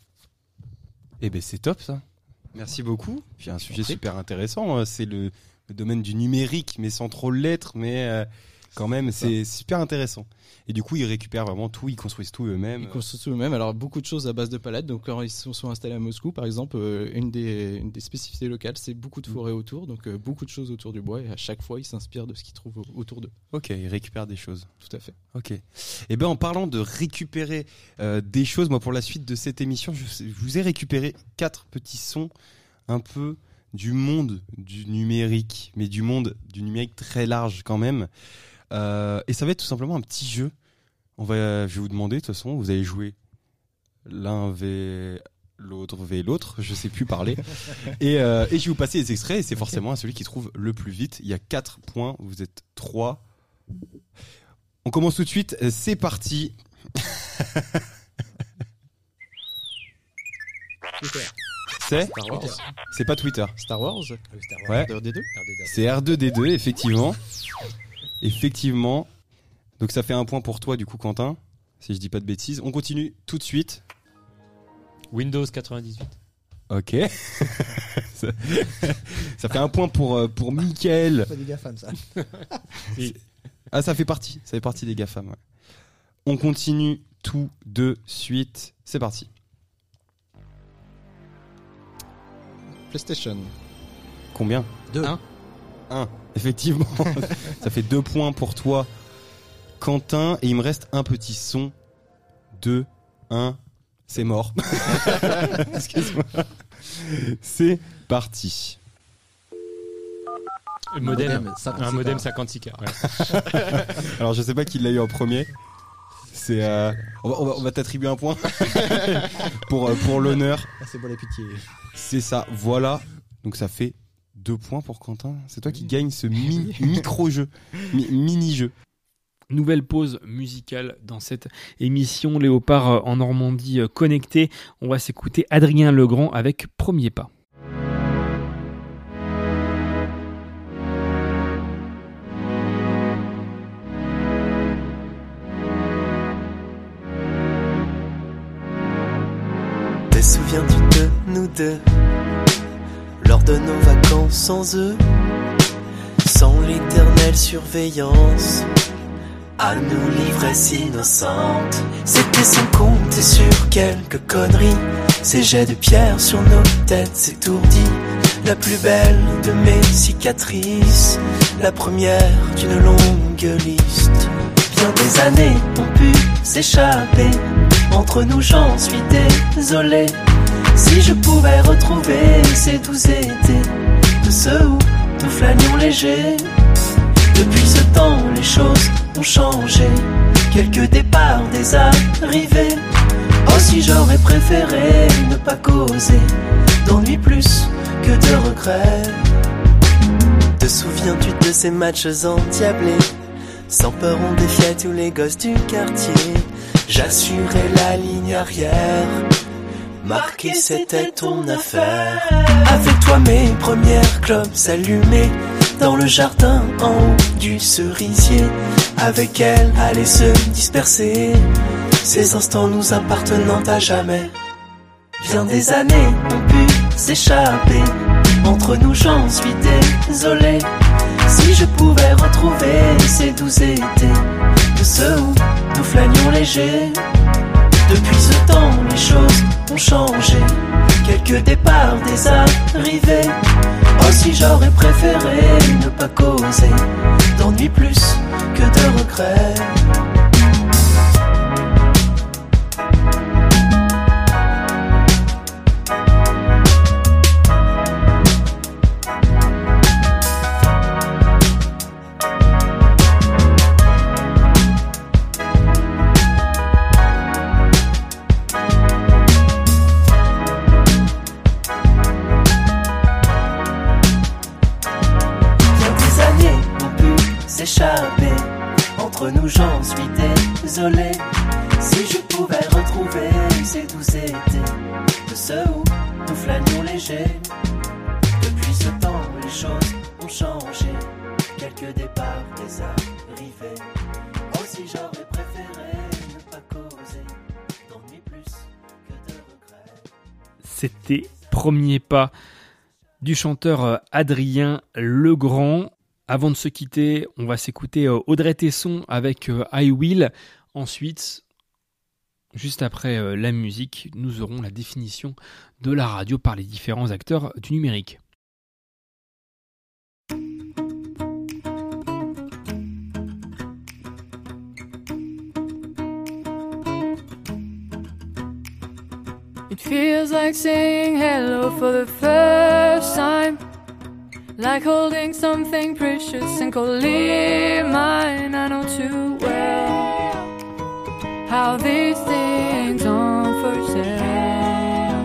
Eh ben c'est top ça. Merci beaucoup. Puis un sujet super intéressant. C'est le domaine du numérique, mais sans trop l'être, mais quand même, c'est super intéressant. Et du coup, ils récupèrent vraiment tout, ils construisent tout eux-mêmes. Ils construisent tout eux-mêmes. Alors, beaucoup de choses à base de palettes. Donc, quand ils sont installés à Moscou, par exemple, une des spécificités locales, c'est beaucoup de forêts autour. Donc, beaucoup de choses autour du bois. Et à chaque fois, ils s'inspirent de ce qu'ils trouvent autour d'eux. Ok, ils récupèrent des choses. Tout à fait. Ok. Et ben, en parlant de récupérer des choses, moi, pour la suite de cette émission, je vous ai récupéré 4 petits sons un peu du monde du numérique, mais du monde du numérique très large quand même. Et ça va être tout simplement un petit jeu. Je vais vous demander, de toute façon, vous allez jouer l'un v l'autre, je sais plus parler. Et je vais vous passer les extraits, et c'est forcément celui qui trouve le plus vite. Il y a 4 points, vous êtes 3. On commence tout de suite, c'est parti. C'est Star Wars. C'est pas Twitter. Star Wars. Ouais. R2D2. C'est R2D2, effectivement. Effectivement. Donc ça fait un point pour toi, du coup, Quentin, si je dis pas de bêtises. On continue tout de suite. Windows 98. Ok. Ça fait un point pour Mickaël. C'est des GAFAM, ça. Ah, ça fait partie des GAFAM. Ouais. On continue tout de suite. C'est parti. PlayStation. Combien ? 2. 1. Effectivement. Ça fait 2 points pour toi, Quentin. Et il me reste un petit son. 2, 1. C'est mort. Excuse-moi. C'est parti. Un modem 56K. Ouais. Alors je sais pas qui l'a eu en premier. C'est on va t'attribuer un point pour l'honneur. Ah, c'est bon la pitié. C'est ça. Voilà. Donc ça fait 2 points pour Quentin. C'est toi qui gagne ce micro-jeu, mini-jeu. Nouvelle pause musicale dans cette émission Léopard en Normandie connecté. On va s'écouter Adrien Legrand avec Premier pas. Te souviens-tu de nous deux, lors de nos vacances sans eux, sans l'éternelle surveillance, à nous l'ivresse innocente. C'était sans compter sur quelques conneries, ces jets de pierre sur nos têtes s'étourdis. La plus belle de mes cicatrices, la première d'une longue liste. Bien des années ont pu s'échapper, entre nous j'en suis désolé. Si je pouvais retrouver ces doux étés, de ceux où nous flânions légers. Depuis ce temps les choses ont changé, quelques départs, des arrivées. Aussi j'aurais préféré ne pas causer d'ennui plus que de regrets. Te souviens-tu de ces matchs endiablés, sans peur on défiait tous les gosses du quartier. J'assurais la ligne arrière, marquer c'était ton affaire. Avec toi mes premières clopes s'allumaient dans le jardin en haut du cerisier. Avec elle allaient se disperser ces instants nous appartenant à jamais. Bien des années ont pu s'échapper, entre nous j'en suis désolé. Si je pouvais retrouver ces doux étés, de ceux où nous flânions légers. Depuis ce temps les choses ont changé, quelques départs, des arrivées. Aussi j'aurais préféré ne pas causer d'ennui plus que de regrets. S'échapper, entre nous j'en suis désolé. Si je pouvais retrouver ces doux étés, de ceux où nous flânions légers. Depuis ce temps les choses ont changé, quelques départs, des arrivées. Aussi j'aurais préféré ne pas causer d'ennui plus que de regrets. C'était Premier pas du chanteur Adrien Legrand. Avant de se quitter, on va s'écouter Audrey Tesson avec I Will. Ensuite, juste après la musique, nous aurons la définition de la radio par les différents acteurs du numérique. It feels like saying hello for the first time. like holding something precious and calling mine. I know too well how these things aren't for sale.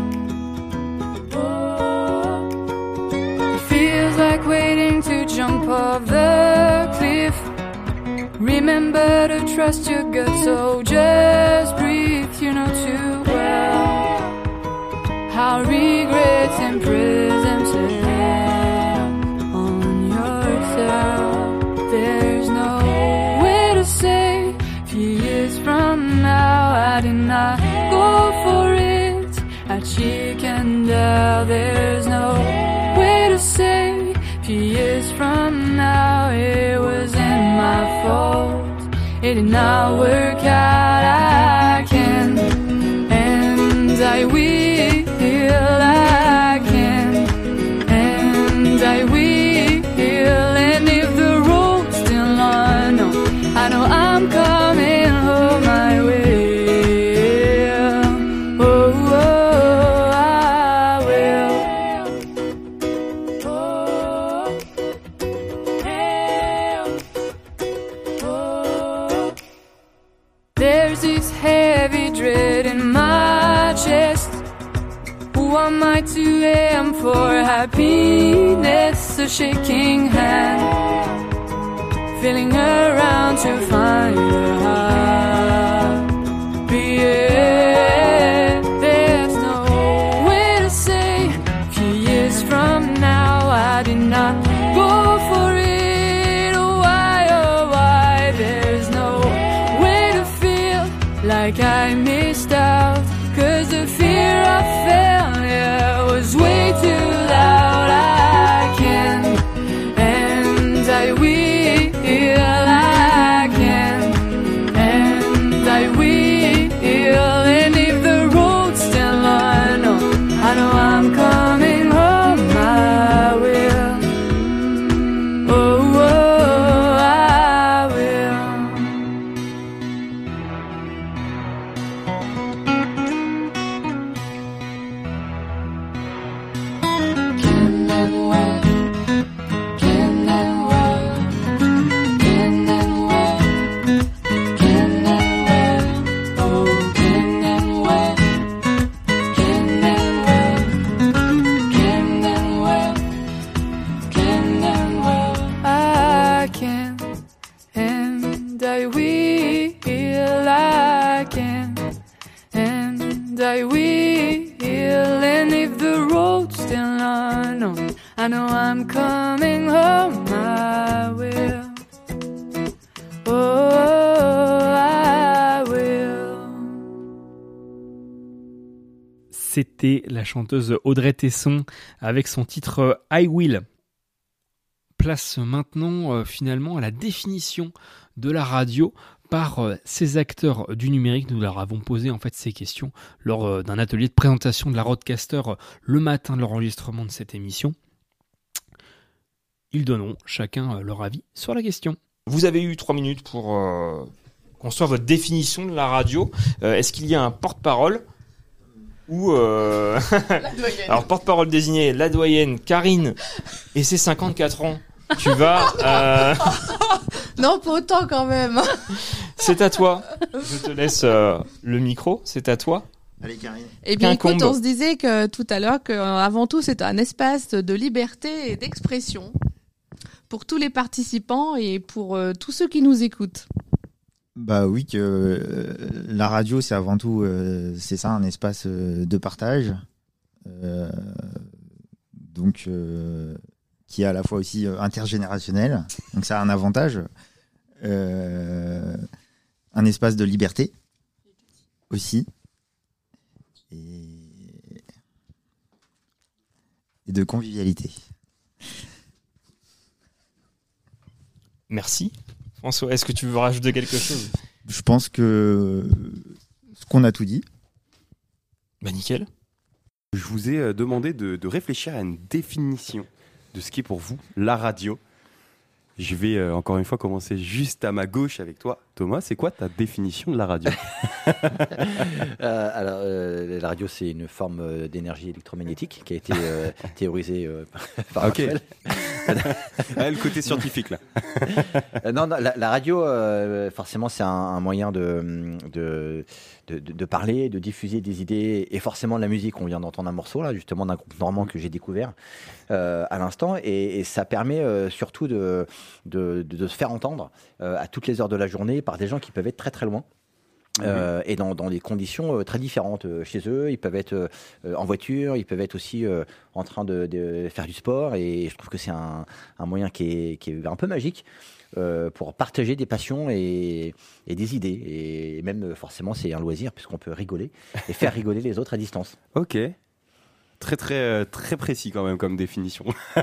It feels like waiting to jump off the cliff. Remember to trust your gut, so just breathe. You know too well how regrets imprison themselves on yourself. There's no way to say few years from now I did not go for it. I chickened out. There's no way to say few years from now it wasn't my fault. It did not work out. I can and I will. I can and I will. And if the road's still unknown, I know I'm coming home. I will. Oh, oh, I will. Oh, oh. There's this heavy dread in my chest. Who am I to aim for happiness? A shaking hand, feeling around to find a happy end. There's no way to say few years from now I did not go for it. Oh why, there's no way to feel like I missed out. Cause the fear I felt was way too loud. I can and I will. I can and I will. And if the road's still unknown, I know I'm coming home. I will. Oh, oh, I will. I will, and if the road's still unknown, I know I'm coming home. I will. Oh, I will. C'était la chanteuse Audrey Tesson avec son titre I Will. Place maintenant finalement à la définition de la radio par ces acteurs du numérique. Nous leur avons posé en fait ces questions lors d'un atelier de présentation de la Roadcaster le matin de l'enregistrement de cette émission. Ils donneront chacun leur avis sur la question. Vous avez eu 3 minutes pour construire votre définition de la radio. Est-ce qu'il y a un porte-parole ou alors porte-parole désigné, la doyenne Karine et ses 54 ans. Tu vas non, pas autant quand même. C'est à toi. Je te laisse le micro, c'est à toi. Allez Karine. Eh bien écoute, on se disait que tout à l'heure qu'avant tout c'est un espace de liberté et d'expression pour tous les participants et pour tous ceux qui nous écoutent. Bah oui, que la radio c'est avant tout c'est ça, un espace de partage. Donc qui est à la fois aussi intergénérationnel, donc ça a un avantage. Un espace de liberté aussi. Et de convivialité. Merci. François, est-ce que tu veux rajouter quelque chose ? Je pense que ce qu'on a tout dit. Bah nickel. Je vous ai demandé de réfléchir à une définition de ce qui est pour vous la radio. Je vais encore une fois commencer juste à ma gauche avec toi, Thomas, c'est quoi ta définition de la radio? Alors, la radio, c'est une forme d'énergie électromagnétique qui a été théorisée par Maxwell. Le côté scientifique, là. Non, la radio, forcément, c'est un moyen de parler, de diffuser des idées, et forcément de la musique. On vient d'entendre un morceau, là, justement, d'un groupe normand que j'ai découvert à l'instant, et ça permet surtout de se faire entendre à toutes les heures de la journée par des gens qui peuvent être très très loin. Et dans des conditions très différentes chez eux. Ils peuvent être en voiture, ils peuvent être aussi en train de faire du sport, et je trouve que c'est un moyen qui est un peu magique pour partager des passions et des idées, et même forcément c'est un loisir puisqu'on peut rigoler et faire rigoler les autres à distance. Ok. Très très très précis quand même comme définition.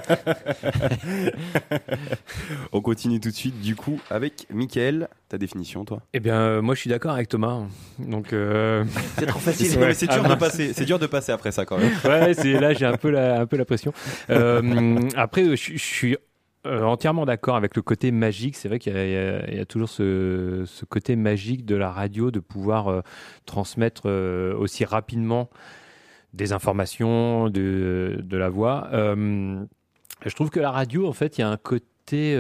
On continue tout de suite du coup avec Mickaël. Ta définition, toi? Eh bien, moi je suis d'accord avec Thomas. Donc c'est trop facile. Ouais, c'est dur de passer après ça quand même. Ouais, là j'ai un peu la pression. Après, je suis entièrement d'accord avec le côté magique. C'est vrai qu'il y a toujours ce côté magique de la radio, de pouvoir transmettre aussi rapidement des informations, de la voix. Je trouve que la radio, en fait, il y a un côté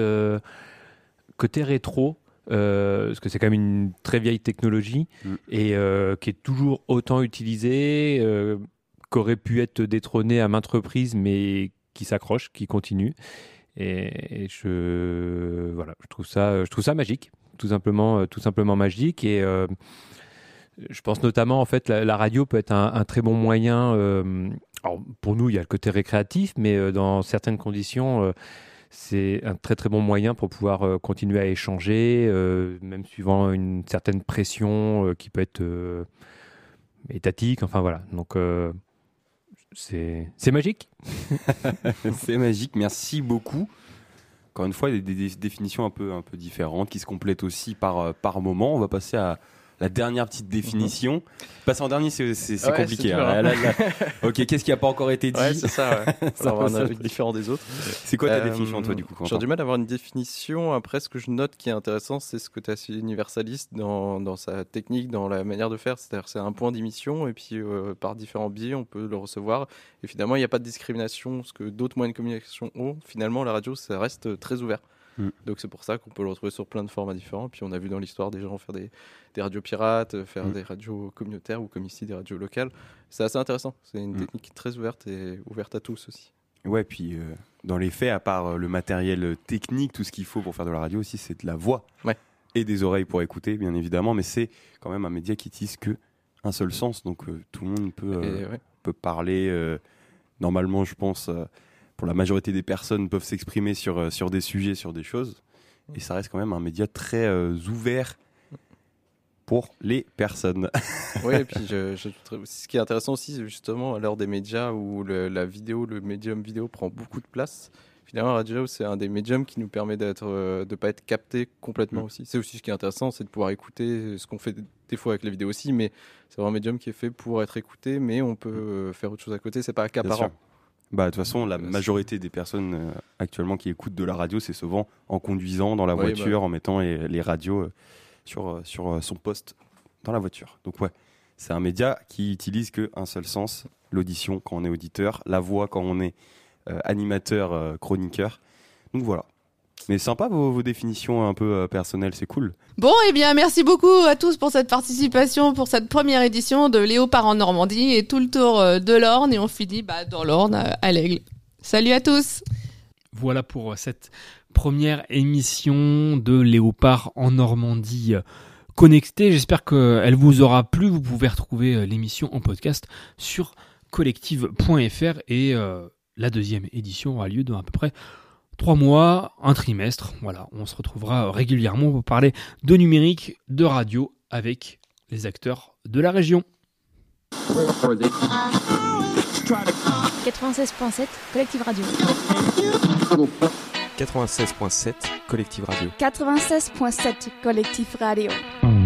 rétro, parce que c'est quand même une très vieille technologie, et qui est toujours autant utilisée, qu'aurait pu être détrônée à maintes reprises, mais qui s'accroche, qui continue. Et je trouve ça magique, tout simplement magique. Et je pense notamment, en fait, la radio peut être un très bon moyen. Alors pour nous, il y a le côté récréatif, mais dans certaines conditions, c'est un très très bon moyen pour pouvoir continuer à échanger, même suivant une certaine pression qui peut être étatique. Enfin voilà. Donc c'est magique. C'est magique. Merci beaucoup. Encore une fois, il y a des définitions un peu différentes qui se complètent aussi par moment. On va passer à la dernière petite définition. Passer en dernier, c'est compliqué. Ok, qu'est-ce qui n'a pas encore été dit? Ouais, c'est ça. Ouais. Ça va avoir un avis différent des autres. C'est quoi ta définition, toi, du coup, Quentin? J'ai du mal à avoir une définition. Après, ce que je note qui est intéressant, c'est ce côté assez universaliste dans sa technique, dans la manière de faire. C'est-à-dire, c'est un point d'émission, et puis par différents biais, on peut le recevoir. Et finalement, il n'y a pas de discrimination, ce que d'autres moyens de communication ont. Finalement, la radio, ça reste très ouvert. Donc c'est pour ça qu'on peut le retrouver sur plein de formats différents. Puis on a vu dans l'histoire des gens faire des radios pirates, faire des radios communautaires, ou comme ici des radios locales. C'est assez intéressant. C'est une technique très ouverte, et ouverte à tous aussi. Ouais, puis dans les faits, à part le matériel technique, tout ce qu'il faut pour faire de la radio aussi, c'est de la voix et des oreilles pour écouter, bien évidemment. Mais c'est quand même un média qui utilise qu'un seul sens. Donc tout le monde peut parler. Normalement, je pense... pour la majorité des personnes, peuvent s'exprimer sur des sujets, sur des choses. Et ça reste quand même un média très ouvert pour les personnes. Oui, et puis ce qui est intéressant aussi, c'est justement à l'heure des médias où la vidéo, le médium vidéo prend beaucoup de place. Finalement, la radio, c'est un des médiums qui nous permet de ne pas être capté complètement aussi. C'est aussi ce qui est intéressant, c'est de pouvoir écouter ce qu'on fait des fois avec les vidéos aussi, mais c'est vraiment un médium qui est fait pour être écouté, mais on peut faire autre chose à côté, c'est pas accaparant. De toute façon, la majorité des personnes actuellement qui écoutent de la radio, c'est souvent en conduisant dans la voiture, en mettant les radios sur son poste dans la voiture. Donc ouais, c'est un média qui utilise qu'un seul sens, l'audition quand on est auditeur, la voix quand on est animateur, chroniqueur. Donc voilà. Mais sympa vos définitions un peu personnelles, c'est cool. Bon, eh bien, merci beaucoup à tous pour cette participation, pour cette première édition de Léopard en Normandie et tout le tour de l'Orne. Et on finit dans l'Orne, à l'Aigle. Salut à tous. Voilà pour cette première émission de Léopard en Normandie connectée. J'espère qu'elle vous aura plu. Vous pouvez retrouver l'émission en podcast sur collective.fr et la deuxième édition aura lieu dans à peu près 3 mois, un trimestre. Voilà, on se retrouvera régulièrement pour parler de numérique, de radio avec les acteurs de la région. 96.7 Collective Radio. 96.7 Collective Radio. 96.7 Collective Radio.